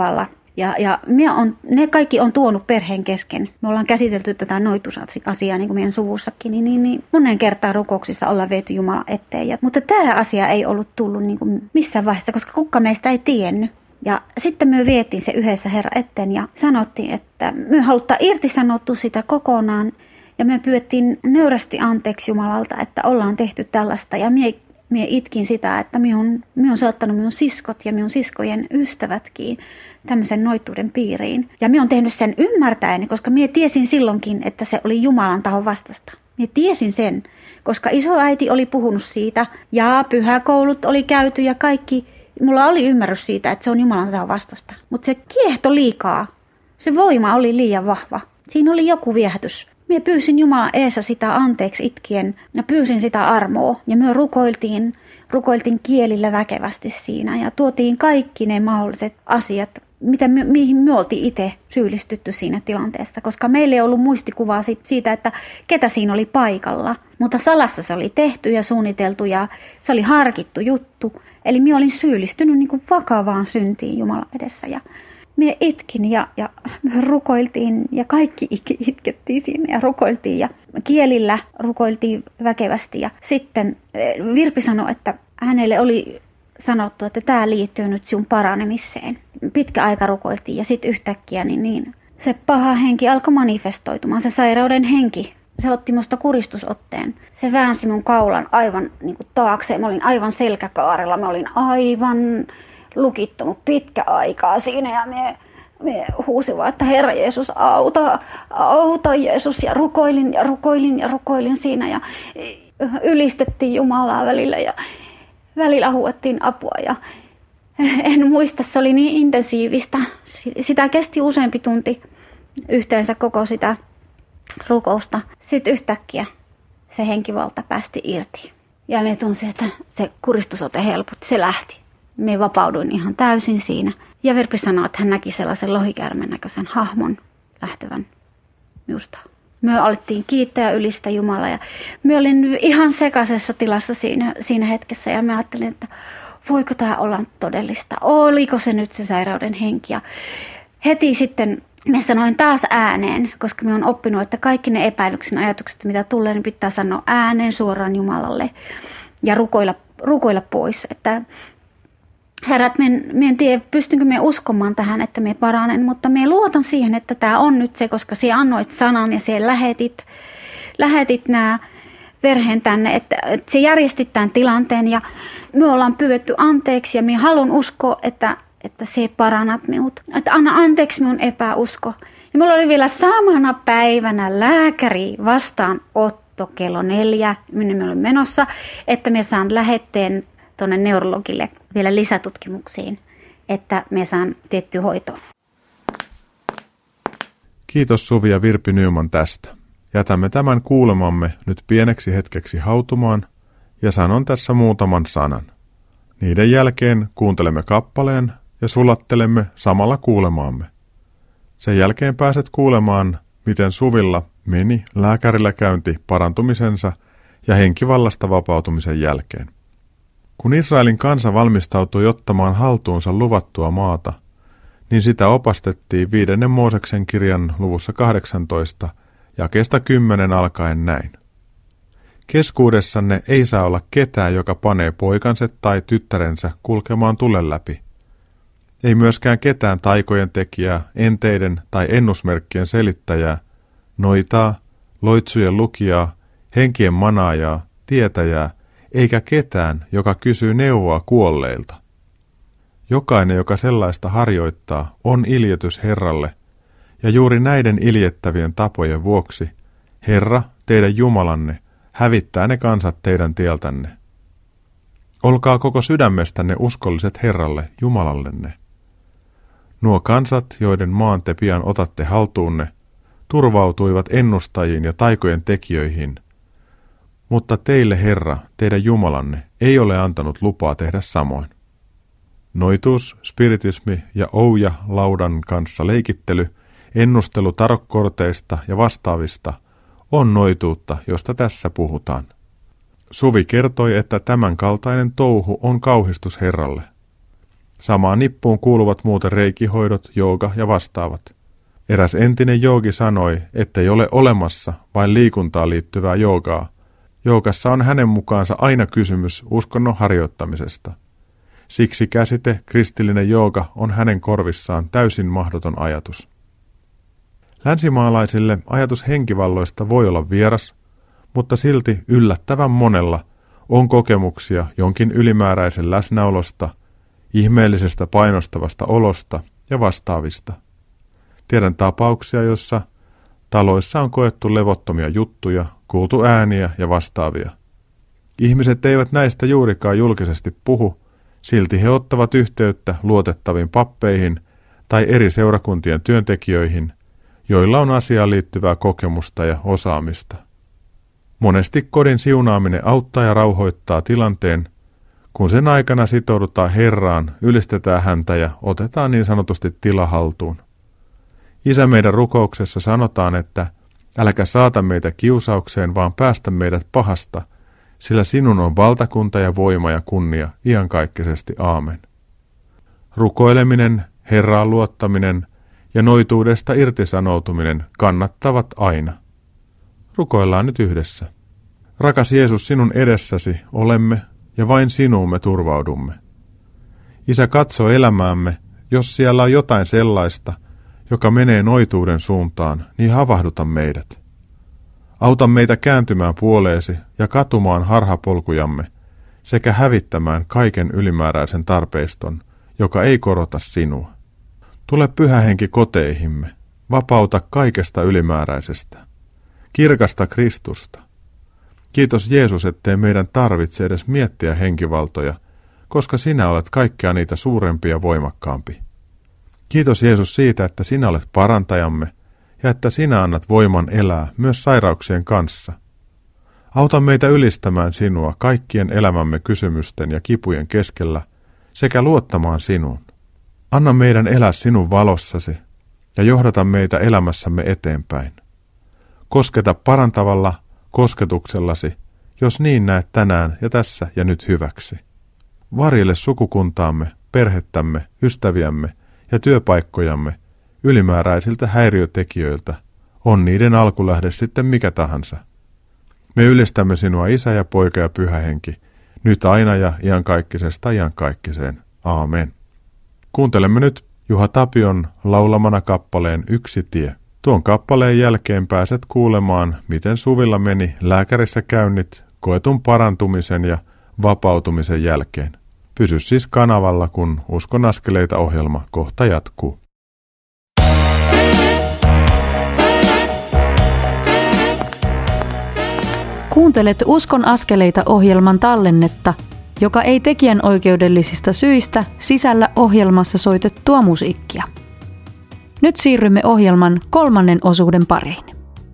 Ja, ja me on, ne kaikki on tuonut perheen kesken. Me ollaan käsitelty tätä noitusasiaa niin kuin meidän suvussakin, niin, niin, niin monen kertaa rukouksissa ollaan viety Jumalan eteen. Ja, mutta tämä asia ei ollut tullut niin kuin missään vaiheessa, koska kukaan meistä ei tiennyt. Ja sitten me vietiin se yhdessä Herran eteen ja sanottiin, että me halutaan irtisanottua sitä kokonaan. Ja me pyydettiin nöyrästi anteeksi Jumalalta, että ollaan tehty tällaista. Ja mie, mie itkin sitä, että mie on, mie on saattanut minun siskot ja minun siskojen ystävätkin tämmöisen noituuden piiriin. Ja mie on tehnyt sen ymmärtäen, koska mie tiesin silloinkin, että se oli Jumalan tahon vastasta. Mie tiesin sen, koska isoäiti oli puhunut siitä ja pyhäkoulut oli käyty ja kaikki. Mulla oli ymmärrys siitä, että se on Jumalan tahon vastasta. Mutta se kiehto liikaa. Se voima oli liian vahva. Siinä oli joku viehätys. Mie pyysin Jumalan eessä sitä anteeksi itkien ja pyysin sitä armoa. Ja me rukoiltiin, rukoiltiin kielillä väkevästi siinä ja tuotiin kaikki ne mahdolliset asiat, mitä me, mihin me oltiin itse syyllistytty siinä tilanteessa. Koska meillä ei ollut muistikuvaa siitä, että ketä siinä oli paikalla. Mutta salassa se oli tehty ja suunniteltu ja se oli harkittu juttu. Eli minä olin syyllistynyt niin kuin vakavaan syntiin Jumalan edessä ja minä itkin ja, ja rukoiltiin ja kaikki itkettiin siinä ja rukoiltiin ja kielillä rukoiltiin väkevästi. Ja sitten Virpi sanoi, että hänelle oli sanottu, että tämä liittyy nyt sinun paranemiseen. Pitkä aika rukoiltiin ja sitten yhtäkkiä niin, niin se paha henki alkoi manifestoitumaan, se sairauden henki. Se otti musta kuristusotteen. Se väänsi mun kaulan aivan niin kuin taakse. Mä olin aivan selkäkaarella. Mä olin aivan lukittunut pitkä aikaa siinä. Ja me, me huusin vaan, että Herra Jeesus, auta, auta Jeesus. Ja rukoilin ja rukoilin ja rukoilin siinä. Ja ylistettiin Jumalaa välillä ja välillä huuettiin apua. Ja en muista, se oli niin intensiivistä. Sitä kesti useampi tunti yhteensä koko sitä rukousta. Sitten yhtäkkiä se henkivalta päästi irti. Ja me tunsin, että se kuristusote helpotti. Se lähti. Me vapauduin ihan täysin siinä. Ja Virpi sanoi, että hän näki sellaisen lohikäärmen näköisen hahmon lähtevän minusta. Me alettiin kiittää ja ylistää Jumalaa. Ja me olin ihan sekaisessa tilassa siinä, siinä hetkessä. Ja mä ajattelin, että voiko tämä olla todellista? Oliko se nyt se sairauden henki? Ja heti sitten minä sanoin taas ääneen, koska minä olen oppinut, että kaikki ne epäilyksen ajatukset, mitä tulee, niin pitää sanoa ääneen suoraan Jumalalle ja rukoilla, rukoilla pois. Että herrat, minä en tiedä, pystynkö minä uskomaan tähän, että minä paranen, mutta minä luotan siihen, että tämä on nyt se, koska sinä annoit sanan ja sinä lähetit, lähetit nämä perheen tänne, että, että sinä järjestit tämän tilanteen ja me ollaan pyydetty anteeksi ja minä haluan uskoa, että että se parannat minut. Että anna anteeksi minun epäusko. Ja mulla oli vielä samana päivänä lääkäri vastaanotto kello neljä, minne me olin menossa, että me saan lähetteen tuonne neurologille vielä lisätutkimuksiin, että me saan tiettyä hoitoa.
Kiitos Suvi ja Virpi Nyman tästä. Jätämme tämän kuulemamme nyt pieneksi hetkeksi hautumaan ja sanon tässä muutaman sanan. Niiden jälkeen kuuntelemme kappaleen ja sulattelemme samalla kuulemaamme. Sen jälkeen pääset kuulemaan, miten Suvilla meni lääkärillä käynti parantumisensa ja henkivallasta vapautumisen jälkeen. Kun Israelin kansa valmistautui ottamaan haltuunsa luvattua maata, niin sitä opastettiin viidennen Mooseksen kirjan luvussa kahdeksantoista jakeesta kymmenen alkaen näin. Keskuudessanne ei saa olla ketään, joka panee poikansa tai tyttärensä kulkemaan tulen läpi. Ei myöskään ketään taikojen tekijää, enteiden tai ennusmerkkien selittäjää, noitaa, loitsujen lukijaa, henkien manaajaa, tietäjää, eikä ketään, joka kysyy neuvoa kuolleilta. Jokainen, joka sellaista harjoittaa, on iljetys Herralle, ja juuri näiden iljettävien tapojen vuoksi Herra, teidän Jumalanne, hävittää ne kansat teidän tieltänne. Olkaa koko sydämestänne uskolliset Herralle, Jumalallenne. Nuo kansat, joiden maan te pian otatte haltuunne, turvautuivat ennustajiin ja taikojen tekijöihin, mutta teille Herra, teidän Jumalanne, ei ole antanut lupaa tehdä samoin. Noitus, spiritismi ja ouja laudan kanssa leikittely, ennustelu tarokkorteista ja vastaavista on noituutta, josta tässä puhutaan. Suvi kertoi, että tämän kaltainen touhu on kauhistus Herralle. Samaan nippuun kuuluvat muuten reikihoidot, jooga ja vastaavat. Eräs entinen joogi sanoi, ettei ole olemassa vain liikuntaan liittyvää joogaa. Joogassa on hänen mukaansa aina kysymys uskonnon harjoittamisesta. Siksi käsite kristillinen jooga on hänen korvissaan täysin mahdoton ajatus. Länsimaalaisille ajatus henkivalloista voi olla vieras, mutta silti yllättävän monella on kokemuksia jonkin ylimääräisen läsnäolosta, ihmeellisestä painostavasta olosta ja vastaavista. Tiedän tapauksia, jossa taloissa on koettu levottomia juttuja, kuultu ääniä ja vastaavia. Ihmiset eivät näistä juurikaan julkisesti puhu, silti he ottavat yhteyttä luotettaviin pappeihin tai eri seurakuntien työntekijöihin, joilla on asiaan liittyvää kokemusta ja osaamista. Monesti kodin siunaaminen auttaa ja rauhoittaa tilanteen, kun sen aikana sitoudutaan Herraan, ylistetään häntä ja otetaan niin sanotusti tila haltuun. Isä, meidän rukouksessa sanotaan, että älkää saata meitä kiusaukseen, vaan päästä meidät pahasta, sillä sinun on valtakunta ja voima ja kunnia iankaikkisesti. Aamen. Rukoileminen, Herraan luottaminen ja noituudesta irtisanoutuminen kannattavat aina. Rukoillaan nyt yhdessä. Rakas Jeesus, sinun edessäsi olemme ja vain sinuun me turvaudumme. Isä, katso elämäämme, jos siellä on jotain sellaista, joka menee noituuden suuntaan, niin havahduta meidät. Auta meitä kääntymään puoleesi ja katumaan harhapolkujamme sekä hävittämään kaiken ylimääräisen tarpeiston, joka ei korota sinua. Tule Pyhä Henki koteihimme, vapauta kaikesta ylimääräisestä. Kirkasta Kristusta. Kiitos Jeesus, ettei meidän tarvitse edes miettiä henkivaltoja, koska sinä olet kaikkea niitä suurempi ja voimakkaampi. Kiitos Jeesus siitä, että sinä olet parantajamme ja että sinä annat voiman elää myös sairauksien kanssa. Auta meitä ylistämään sinua kaikkien elämämme kysymysten ja kipujen keskellä sekä luottamaan sinuun. Anna meidän elää sinun valossasi ja johdata meitä elämässämme eteenpäin. Kosketa parantavalla kosketuksellasi, jos niin näet tänään ja tässä ja nyt hyväksi. Varjele sukukuntaamme, perhettämme, ystäviämme ja työpaikkojamme ylimääräisiltä häiriötekijöiltä, on niiden alkulähde sitten mikä tahansa. Me ylistämme sinua Isä ja Poika ja Pyhä Henki, nyt aina ja iankaikkisesta iankaikkiseen. Aamen. Kuuntelemme nyt Juha Tapion laulamana kappaleen Yksi tie. Tuon kappaleen jälkeen pääset kuulemaan, miten Suvilla meni lääkärissä käynnit koetun parantumisen ja vapautumisen jälkeen. Pysy siis kanavalla, kun Uskon askeleita -ohjelma kohta jatkuu.
Kuuntelet Uskon askeleita -ohjelman tallennetta, joka ei tekijän oikeudellisista syistä sisällä ohjelmassa soitettua musiikkia. Nyt siirrymme ohjelman kolmannen osuuden pariin.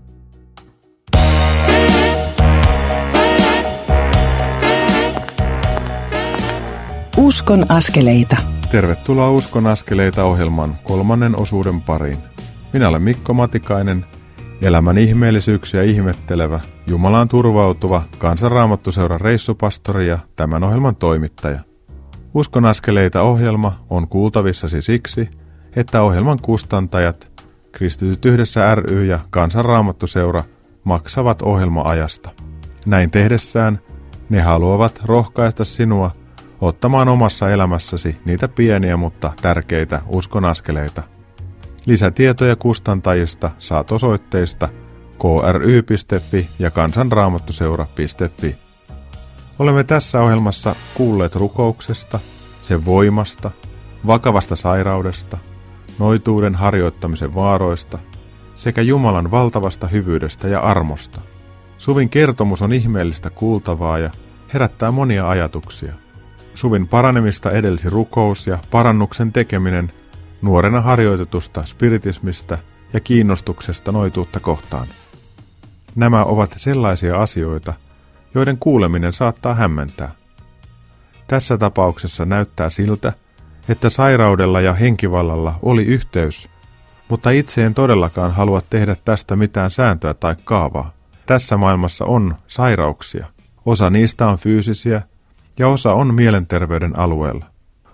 Uskon askeleita.
Tervetuloa Uskon askeleita -ohjelman kolmannen osuuden pariin. Minä olen Mikko Matikainen, elämän ihmeellisyyksiä ihmettelevä, Jumalaan turvautuva Kansanraamattuseuran reissupastori ja tämän ohjelman toimittaja. Uskon askeleita -ohjelma on kuultavissasi siksi, että ohjelman kustantajat, Kristityt yhdessä ry ja Kansanraamattuseura maksavat ohjelma-ajasta. Näin tehdessään ne haluavat rohkaista sinua ottamaan omassa elämässäsi niitä pieniä, mutta tärkeitä uskon askeleita. Lisätietoja kustantajista saat osoitteista k r y piste f i ja kansanraamattuseura piste f i. Olemme tässä ohjelmassa kuulleet rukouksesta, sen voimasta, vakavasta sairaudesta, noituuden harjoittamisen vaaroista sekä Jumalan valtavasta hyvyydestä ja armosta. Suvin kertomus on ihmeellistä kuultavaa ja herättää monia ajatuksia. Suvin paranemista edelsi rukous ja parannuksen tekeminen nuorena harjoitetusta spiritismistä ja kiinnostuksesta noituutta kohtaan. Nämä ovat sellaisia asioita, joiden kuuleminen saattaa hämmentää. Tässä tapauksessa näyttää siltä, että sairaudella ja henkivallalla oli yhteys, mutta itse en todellakaan halua tehdä tästä mitään sääntöä tai kaavaa. Tässä maailmassa on sairauksia. Osa niistä on fyysisiä ja osa on mielenterveyden alueella.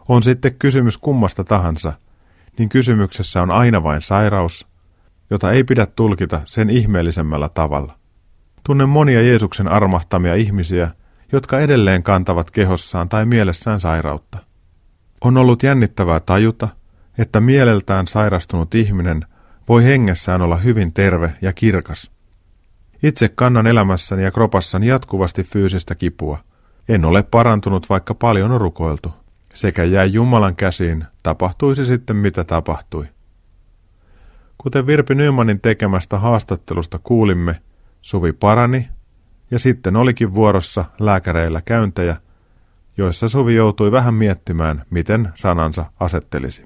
On sitten kysymys kummasta tahansa, niin kysymyksessä on aina vain sairaus, jota ei pidä tulkita sen ihmeellisemmällä tavalla. Tunnen monia Jeesuksen armahtamia ihmisiä, jotka edelleen kantavat kehossaan tai mielessään sairautta. On ollut jännittävää tajuta, että mieleltään sairastunut ihminen voi hengessään olla hyvin terve ja kirkas. Itse kannan elämässäni ja kropassani jatkuvasti fyysistä kipua. En ole parantunut, vaikka paljon on rukoiltu. Sekä jäi Jumalan käsiin, tapahtuisi sitten mitä tapahtui. Kuten Virpi Nymanin tekemästä haastattelusta kuulimme, Suvi parani ja sitten olikin vuorossa lääkäreillä käyntejä, joissa Suvi joutui vähän miettimään, miten sanansa asettelisi.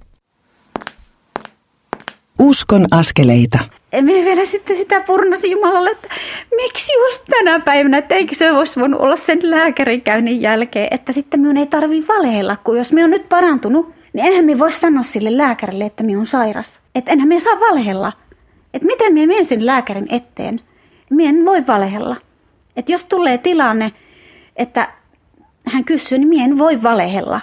Uskon askeleita.
Me vielä sitten sitä purnasin Jumalalle, että miksi just tänä päivänä, että eikö se olisi voinut olla sen lääkärikäynnin jälkeen, että sitten minun ei tarvitse valehella, kun jos minä olen nyt parantunut, niin enhän minä voi sanoa sille lääkärille, että minä olen sairas. Että enhän minä saa valehella. Että miten minä menen sen lääkärin eteen, minä en voi valehella. Että jos tulee tilanne, että hän kysyy, niin minä en voi valehella.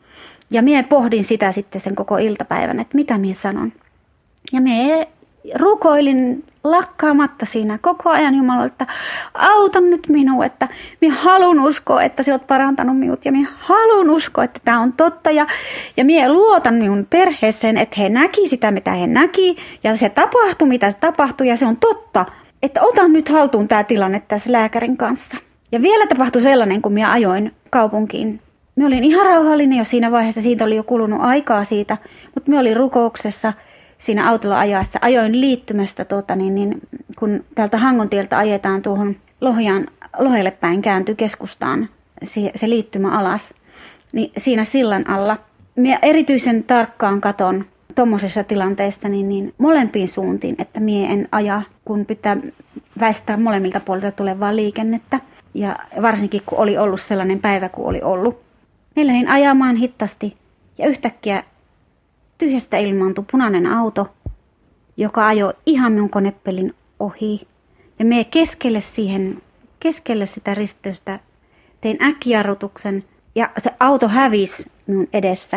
Ja minä pohdin sitä sitten sen koko iltapäivän, että mitä minä sanon. Ja minä rukoilin lakkaamatta siinä koko ajan Jumalalle, että auta nyt minua, että minä haluan uskoa, että sinä olet parantanut minut ja minä haluan uskoa, että tämä on totta ja, ja minä luotan minun perheeseen, että he näki sitä, mitä he näki ja se tapahtui, mitä se tapahtui ja se on totta, että otan nyt haltuun tämä tilanne tässä lääkärin kanssa. Ja vielä tapahtui sellainen, kun minä ajoin kaupunkiin. Minä olin ihan rauhallinen jo siinä vaiheessa, siitä oli jo kulunut aikaa siitä, mutta minä olin rukouksessa. Siinä autolla ajaessa ajoin liittymästä, tuota, niin, niin, kun täältä Hangontieltä ajetaan tuohon Lohjan, Lohelle päin kääntyy keskustaan se, se liittymä alas, niin siinä sillan alla. Minä erityisen tarkkaan katon tuommoisessa tilanteessa niin, niin molempiin suuntiin, että minä en aja, kun pitää väistää molemmilta puolilta tulevaa liikennettä. Ja varsinkin kun oli ollut sellainen päivä, kun oli ollut. Minä lähdin ajamaan hittasti ja yhtäkkiä tyhjästä ilmaantui punainen auto, joka ajoi ihan minun koneppelin ohi. Ja me keskelle siihen, keskelle sitä risteystä tein äkkijarrutuksen ja se auto hävisi minun edessä.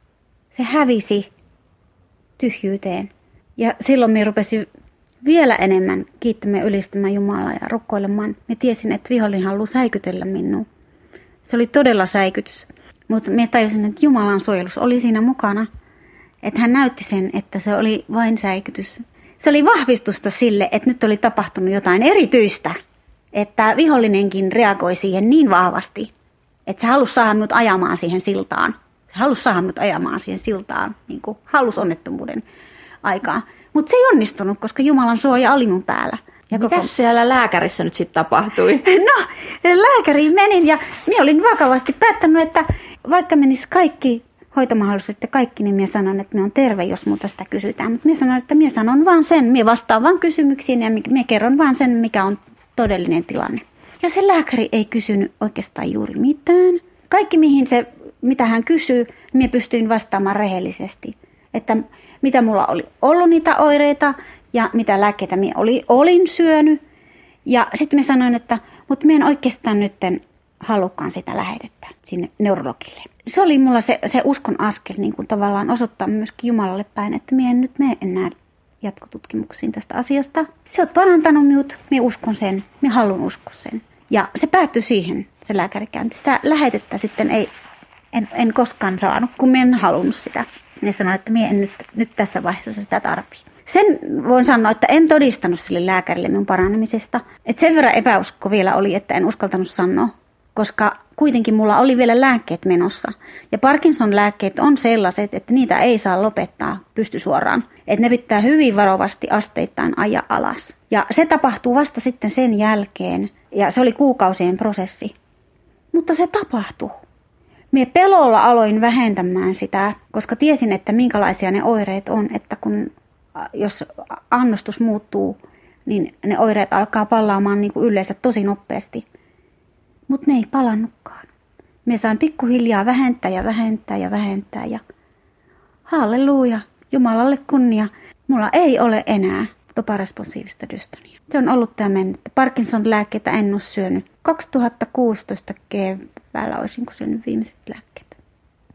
Se hävisi tyhjyyteen. Ja silloin minä rupesin vielä enemmän kiittämään ja ylistämään Jumalaa ja rukoilemaan. Minä tiesin, että vihollinen haluaa säikytellä minua. Se oli todella säikytys. Mutta minä tajusin, että Jumalan suojelus oli siinä mukana. Että hän näytti sen, että se oli vain säikytys. Se oli vahvistusta sille, että nyt oli tapahtunut jotain erityistä. Että vihollinenkin reagoi siihen niin vahvasti, että se halusi saada minut ajamaan siihen siltaan. Se halusi saada minut ajamaan siihen siltaan, niin kuin halusi onnettomuuden aikaan. Mutta se ei onnistunut, koska Jumalan suoja oli mun päällä.
Ja mitäs koko... siellä lääkärissä nyt sitten tapahtui?
No, lääkäriin menin ja minä olin vakavasti päättänyt, että vaikka menisi kaikki hoitomahdollisuudet ja kaikki, niin minä sanon, että minä olen terve, jos muuta sitä kysytään. Mutta minä sanon, että minä sanon vaan sen, minä vastaan vaan kysymyksiin ja minä kerron vaan sen, mikä on todellinen tilanne. Ja se lääkäri ei kysynyt oikeastaan juuri mitään. Kaikki, mihin se, mitä hän kysyy, minä pystyin vastaamaan rehellisesti. Että mitä mulla oli ollut niitä oireita ja mitä lääkkeitä minä oli, olin syönyt. Ja sitten minä sanoin, että mutta minä en oikeastaan nytten halukkaan sitä lähetettä sinne neurologille. Se oli mulla se, se uskon askel niin kuin tavallaan osoittaa myöskin Jumalalle päin, että minä en nyt mene enää jatkotutkimuksiin tästä asiasta. Se olet parantanut minut, minä uskon sen, minä haluan uskoa sen. Ja se päättyi siihen, se lääkärikäynti. Sitä lähetettä sitten ei, en, en koskaan saanut, kun minä en halunnut sitä. Ne sanoivat, että minä en nyt, nyt tässä vaiheessa sitä tarvitse. Sen voin sanoa, että en todistanut sille lääkärille minun paranemisesta. Et sen verran epäusko vielä oli, että en uskaltanut sanoa. Koska kuitenkin mulla oli vielä lääkkeet menossa. Ja Parkinson-lääkkeet on sellaiset, että niitä ei saa lopettaa pystysuoraan. Että ne pitää hyvin varovasti asteittain ajaa alas. Ja se tapahtuu vasta sitten sen jälkeen. Ja se oli kuukausien prosessi. Mutta se tapahtui. Mie pelolla aloin vähentämään sitä, koska tiesin, että minkälaisia ne oireet on. Että kun, jos annostus muuttuu, niin ne oireet alkaa palaamaan niin kuin yleensä tosi nopeasti. Mutta ne ei palannutkaan. Mie sain pikkuhiljaa vähentää ja vähentää ja vähentää. Ja halleluja, Jumalalle kunnia. Mulla ei ole enää doparesponsiivista dystoniaa. Se on ollut tämä mennyt. Parkinson-lääkkeitä en ole syönyt. kaksituhattakuusitoista keväällä olisinko syönyt viimeiset lääkkeet.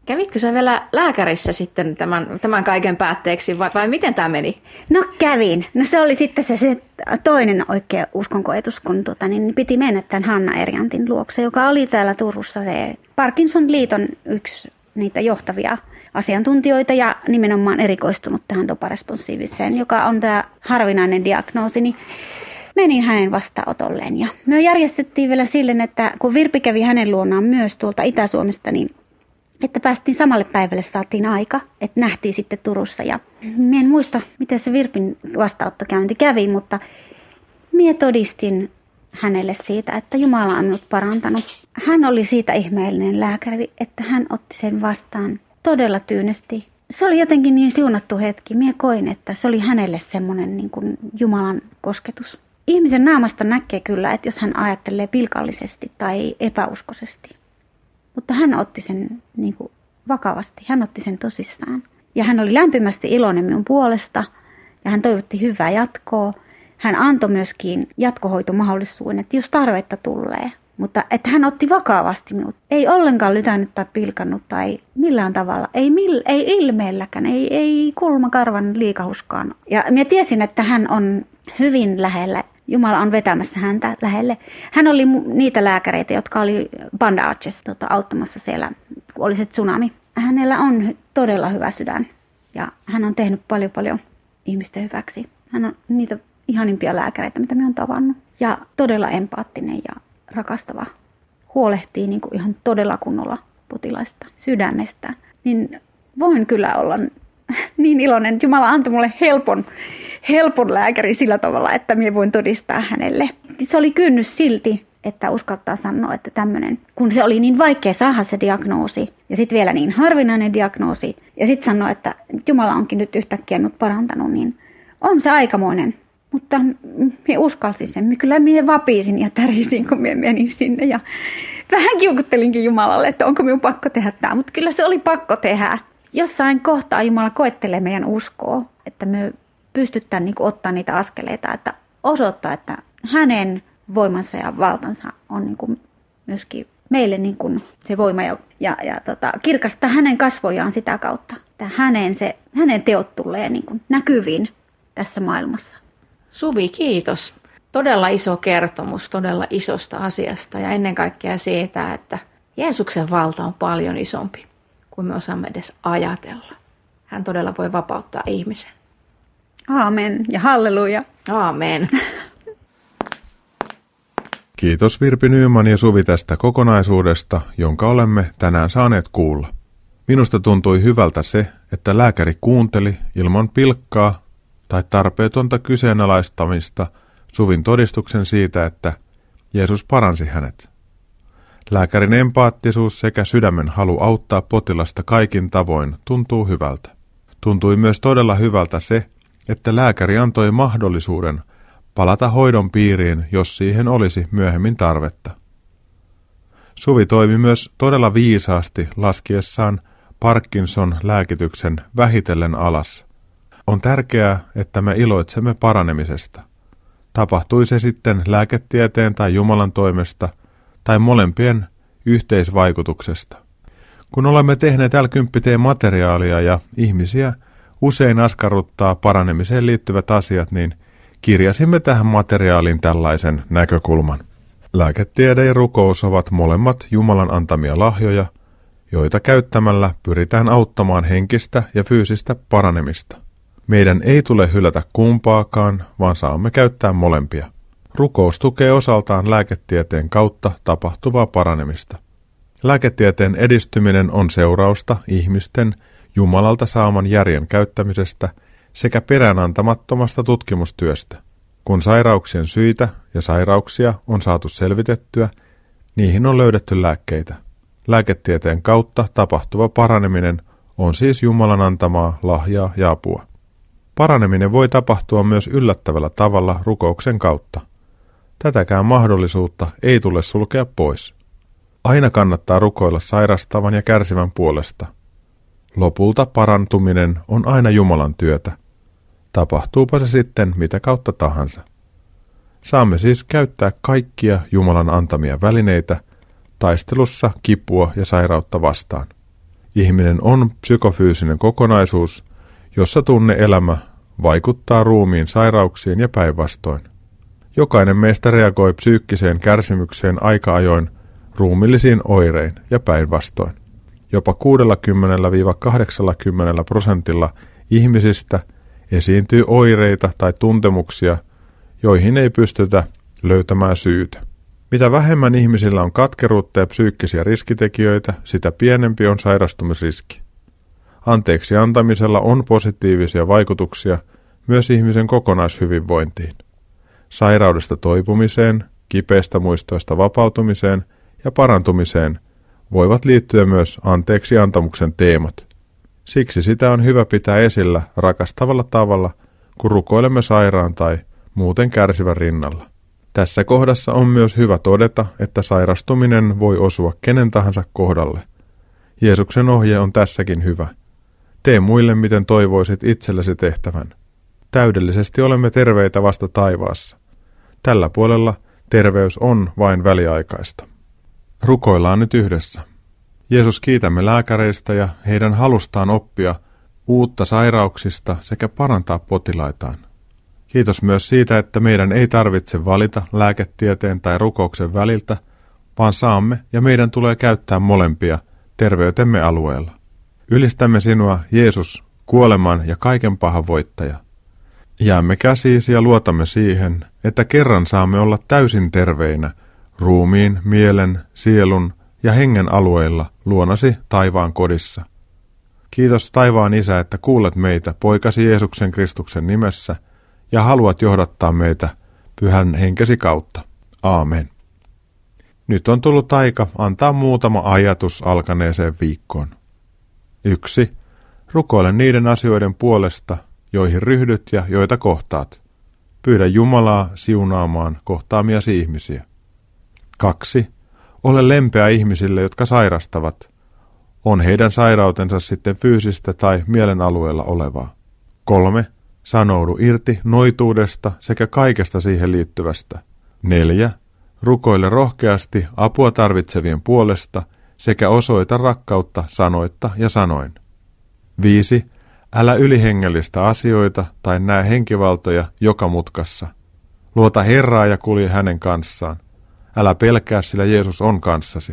Kävitkö sä vielä lääkärissä sitten tämän, tämän kaiken päätteeksi vai, vai miten tämä meni?
No kävin. No se oli sitten se, se toinen oikea uskonkoetus, kun tota, niin piti mennä tämän Hanna Eriantin luokse, joka oli täällä Turussa se Parkinson-liiton yksi niitä johtavia asiantuntijoita ja nimenomaan erikoistunut tähän doparesponsiiviseen, joka on tämä harvinainen diagnoosi, niin menin hänen vastaanotolleen. Ja me järjestettiin vielä silleen, että kun Virpi kävi hänen luonaan myös tuolta Itä-Suomesta, niin että päästiin samalle päivälle, saatiin aika, että nähtiin sitten Turussa. Ja minä en muista, miten se Virpin vastaanottokäynti kävi, mutta minä todistin hänelle siitä, että Jumala on minut parantanut. Hän oli siitä ihmeellinen lääkäri, että hän otti sen vastaan todella tyynesti. Se oli jotenkin niin siunattu hetki. Minä koin, että se oli hänelle semmoinen niin kuin Jumalan kosketus. Ihmisen naamasta näkee kyllä, että jos hän ajattelee pilkallisesti tai epäuskoisesti. Mutta hän otti sen niin kuin vakavasti, hän otti sen tosissaan. Ja hän oli lämpimästi iloinen minun puolesta ja hän toivotti hyvää jatkoa. Hän antoi myöskin jatkohoitomahdollisuuden, että jos tarvetta tulee. Mutta että hän otti vakavasti minut. Ei ollenkaan lytännyt tai pilkannut tai millään tavalla. Ei, mill, ei ilmeelläkään, ei, ei kulmakarvan liikahuskaan. Ja minä tiesin, että hän on hyvin lähellä. Jumala on vetämässä häntä lähelle. Hän oli niitä lääkäreitä, jotka oli bandages tota, auttamassa siellä, kun oli se tsunami. Hänellä on todella hyvä sydän ja hän on tehnyt paljon paljon ihmisten hyväksi. Hän on niitä ihanimpia lääkäreitä, mitä me on tavannut. Ja todella empaattinen ja rakastava. Huolehtii niin kuin ihan todella kunnolla potilaista sydämestä. Niin voin kyllä olla niin iloinen. Jumala antoi mulle helpon, helpon lääkäri sillä tavalla, että minä voin todistaa hänelle. Se oli kynnys silti, että uskaltaa sanoa, että tämmöinen, kun se oli niin vaikea saada se diagnoosi, ja sitten vielä niin harvinainen diagnoosi, ja sitten sanoa, että Jumala onkin nyt yhtäkkiä minut parantanut, niin on se aikamoinen. Mutta minä uskalsin sen. Minä kyllä minä vapisin ja tärisin, kun minä menin sinne, ja vähän kiukuttelinkin Jumalalle, että onko minun pakko tehdä tämä, mutta kyllä se oli pakko tehdä. Jossain kohtaa Jumala koettelee meidän uskoa, että me pystytään niin kuin ottaa niitä askeleita, että osoittaa, että hänen voimansa ja valtansa on niin kuin myöskin meille niin kuin se voima ja, ja, ja tota, kirkastaa hänen kasvojaan sitä kautta, että hänen, se, hänen teot tulee niin kuin näkyviin tässä maailmassa.
Suvi, kiitos. Todella iso kertomus, todella isosta asiasta ja ennen kaikkea siitä, että Jeesuksen valta on paljon isompi kuin me osaamme edes ajatella. Hän todella voi vapauttaa ihmisen.
Aamen ja halleluja.
Aamen.
Kiitos Virpi Nyman ja Suvi tästä kokonaisuudesta, jonka olemme tänään saaneet kuulla. Minusta tuntui hyvältä se, että lääkäri kuunteli ilman pilkkaa tai tarpeetonta kyseenalaistamista Suvin todistuksen siitä, että Jeesus paransi hänet. Lääkärin empaattisuus sekä sydämen halu auttaa potilasta kaikin tavoin tuntuu hyvältä. Tuntui myös todella hyvältä se, että lääkäri antoi mahdollisuuden palata hoidon piiriin, jos siihen olisi myöhemmin tarvetta. Suvi toimi myös todella viisaasti laskiessaan Parkinson-lääkityksen vähitellen alas. On tärkeää, että me iloitsemme paranemisesta. Tapahtui se sitten lääketieteen tai Jumalan toimesta tai molempien yhteisvaikutuksesta. Kun olemme tehneet L kymmenen T-materiaalia ja ihmisiä usein askarruttaa paranemiseen liittyvät asiat, niin kirjasimme tähän materiaaliin tällaisen näkökulman. Lääketiede ja rukous ovat molemmat Jumalan antamia lahjoja, joita käyttämällä pyritään auttamaan henkistä ja fyysistä paranemista. Meidän ei tule hylätä kumpaakaan, vaan saamme käyttää molempia. Rukous tukee osaltaan lääketieteen kautta tapahtuvaa paranemista. Lääketieteen edistyminen on seurausta ihmisten Jumalalta saaman järjen käyttämisestä sekä peräänantamattomasta tutkimustyöstä. Kun sairauksien syitä ja sairauksia on saatu selvitettyä, niihin on löydetty lääkkeitä. Lääketieteen kautta tapahtuva paraneminen on siis Jumalan antamaa lahjaa ja apua. Paraneminen voi tapahtua myös yllättävällä tavalla rukouksen kautta. Tätäkään mahdollisuutta ei tule sulkea pois. Aina kannattaa rukoilla sairastavan ja kärsivän puolesta. Lopulta parantuminen on aina Jumalan työtä. Tapahtuupa se sitten mitä kautta tahansa. Saamme siis käyttää kaikkia Jumalan antamia välineitä taistelussa kipua ja sairautta vastaan. Ihminen on psykofyysinen kokonaisuus, jossa tunne-elämä vaikuttaa ruumiin sairauksiin ja päinvastoin. Jokainen meistä reagoi psyykkiseen kärsimykseen aika ajoin ruumillisiin oirein ja päinvastoin. Jopa kuusikymmentä kahdeksankymmentä prosentilla ihmisistä esiintyy oireita tai tuntemuksia, joihin ei pystytä löytämään syytä. Mitä vähemmän ihmisillä on katkeruutta ja psyykkisiä riskitekijöitä, sitä pienempi on sairastumisriski. Anteeksi antamisella on positiivisia vaikutuksia myös ihmisen kokonaishyvinvointiin. Sairaudesta toipumiseen, kipeistä muistoista vapautumiseen ja parantumiseen voivat liittyä myös anteeksi antamuksen teemat. Siksi sitä on hyvä pitää esillä rakastavalla tavalla, kun rukoilemme sairaan tai muuten kärsivän rinnalla. Tässä kohdassa on myös hyvä todeta, että sairastuminen voi osua kenen tahansa kohdalle. Jeesuksen ohje on tässäkin hyvä. Tee muille, miten toivoisit itsellesi tehtävän. Täydellisesti olemme terveitä vasta taivaassa. Tällä puolella terveys on vain väliaikaista. Rukoillaan nyt yhdessä. Jeesus, kiitämme lääkäreistä ja heidän halustaan oppia uutta sairauksista sekä parantaa potilaitaan. Kiitos myös siitä, että meidän ei tarvitse valita lääketieteen tai rukouksen väliltä, vaan saamme ja meidän tulee käyttää molempia terveytemme alueella. Ylistämme sinua, Jeesus, kuoleman ja kaiken pahan voittaja. Jäämme käsiisi ja luotamme siihen, että kerran saamme olla täysin terveinä ruumiin, mielen, sielun ja hengen alueilla luonasi taivaan kodissa. Kiitos taivaan Isä, että kuulet meitä poikasi Jeesuksen Kristuksen nimessä ja haluat johdattaa meitä pyhän henkesi kautta. Aamen. Nyt on tullut aika antaa muutama ajatus alkaneeseen viikkoon. Yksi. Rukoile niiden asioiden puolesta, joihin ryhdyt ja joita kohtaat. Pyydä Jumalaa siunaamaan kohtaamiasi ihmisiä. Kaksi. Ole lempeä ihmisille, jotka sairastavat. On heidän sairautensa sitten fyysistä tai mielen alueella olevaa. Kolme. Sanoudu irti noituudesta sekä kaikesta siihen liittyvästä. Neljä. Rukoile rohkeasti apua tarvitsevien puolesta sekä osoita rakkautta sanoitta ja sanoin. Viisi. Älä ylihengellistä asioita tai näe henkivaltoja joka mutkassa. Luota Herraa ja kulje hänen kanssaan. Älä pelkää, sillä Jeesus on kanssasi.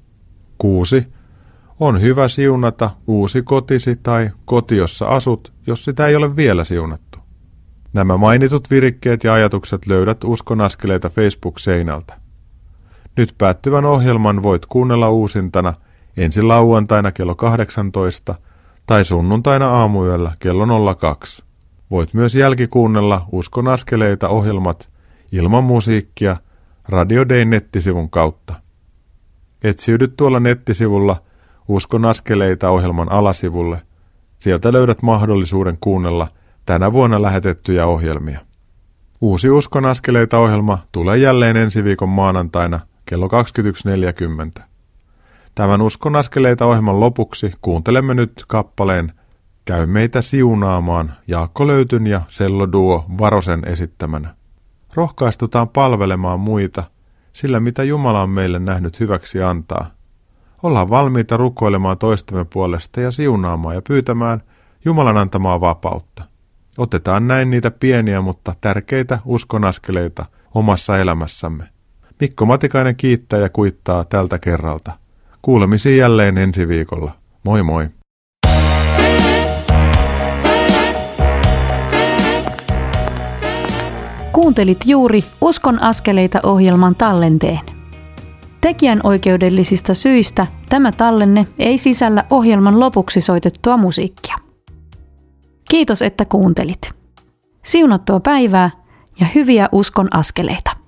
Kuusi. On hyvä siunata uusi kotisi tai koti, jossa asut, jos sitä ei ole vielä siunattu. Nämä mainitut virikkeet ja ajatukset löydät Uskon askeleita Facebook-seinältä. Nyt päättyvän ohjelman voit kuunnella uusintana ensi lauantaina kello kahdeksantoista tai sunnuntaina aamuyöllä kello nolla kaksi. Voit myös jälkikuunnella Uskon askeleita ohjelmat ilman musiikkia Radio Dayn nettisivun kautta. Etsiydy tuolla nettisivulla Uskon askeleita ohjelman alasivulle. Sieltä löydät mahdollisuuden kuunnella tänä vuonna lähetettyjä ohjelmia. Uusi Uskon askeleita ohjelma tulee jälleen ensi viikon maanantaina kello kaksikymmentäyksi neljäkymmentä. Tämän Uskon askeleita ohjelman lopuksi kuuntelemme nyt kappaleen Käy meitä siunaamaan Jaakko Löytyn ja Sello Duo Varosen esittämänä. Rohkaistutaan palvelemaan muita, sillä mitä Jumala on meille nähnyt hyväksi antaa. Ollaan valmiita rukoilemaan toistemme puolesta ja siunaamaan ja pyytämään Jumalan antamaa vapautta. Otetaan näin niitä pieniä, mutta tärkeitä uskonaskeleita omassa elämässämme. Mikko Matikainen kiittää ja kuittaa tältä kerralta. Kuulemisiin jälleen ensi viikolla. Moi moi!
Kuuntelit juuri Uskon askeleita -ohjelman tallenteen. Tekijän oikeudellisista syistä tämä tallenne ei sisällä ohjelman lopuksi soitettua musiikkia. Kiitos, että kuuntelit. Siunattua päivää ja hyviä uskon askeleita.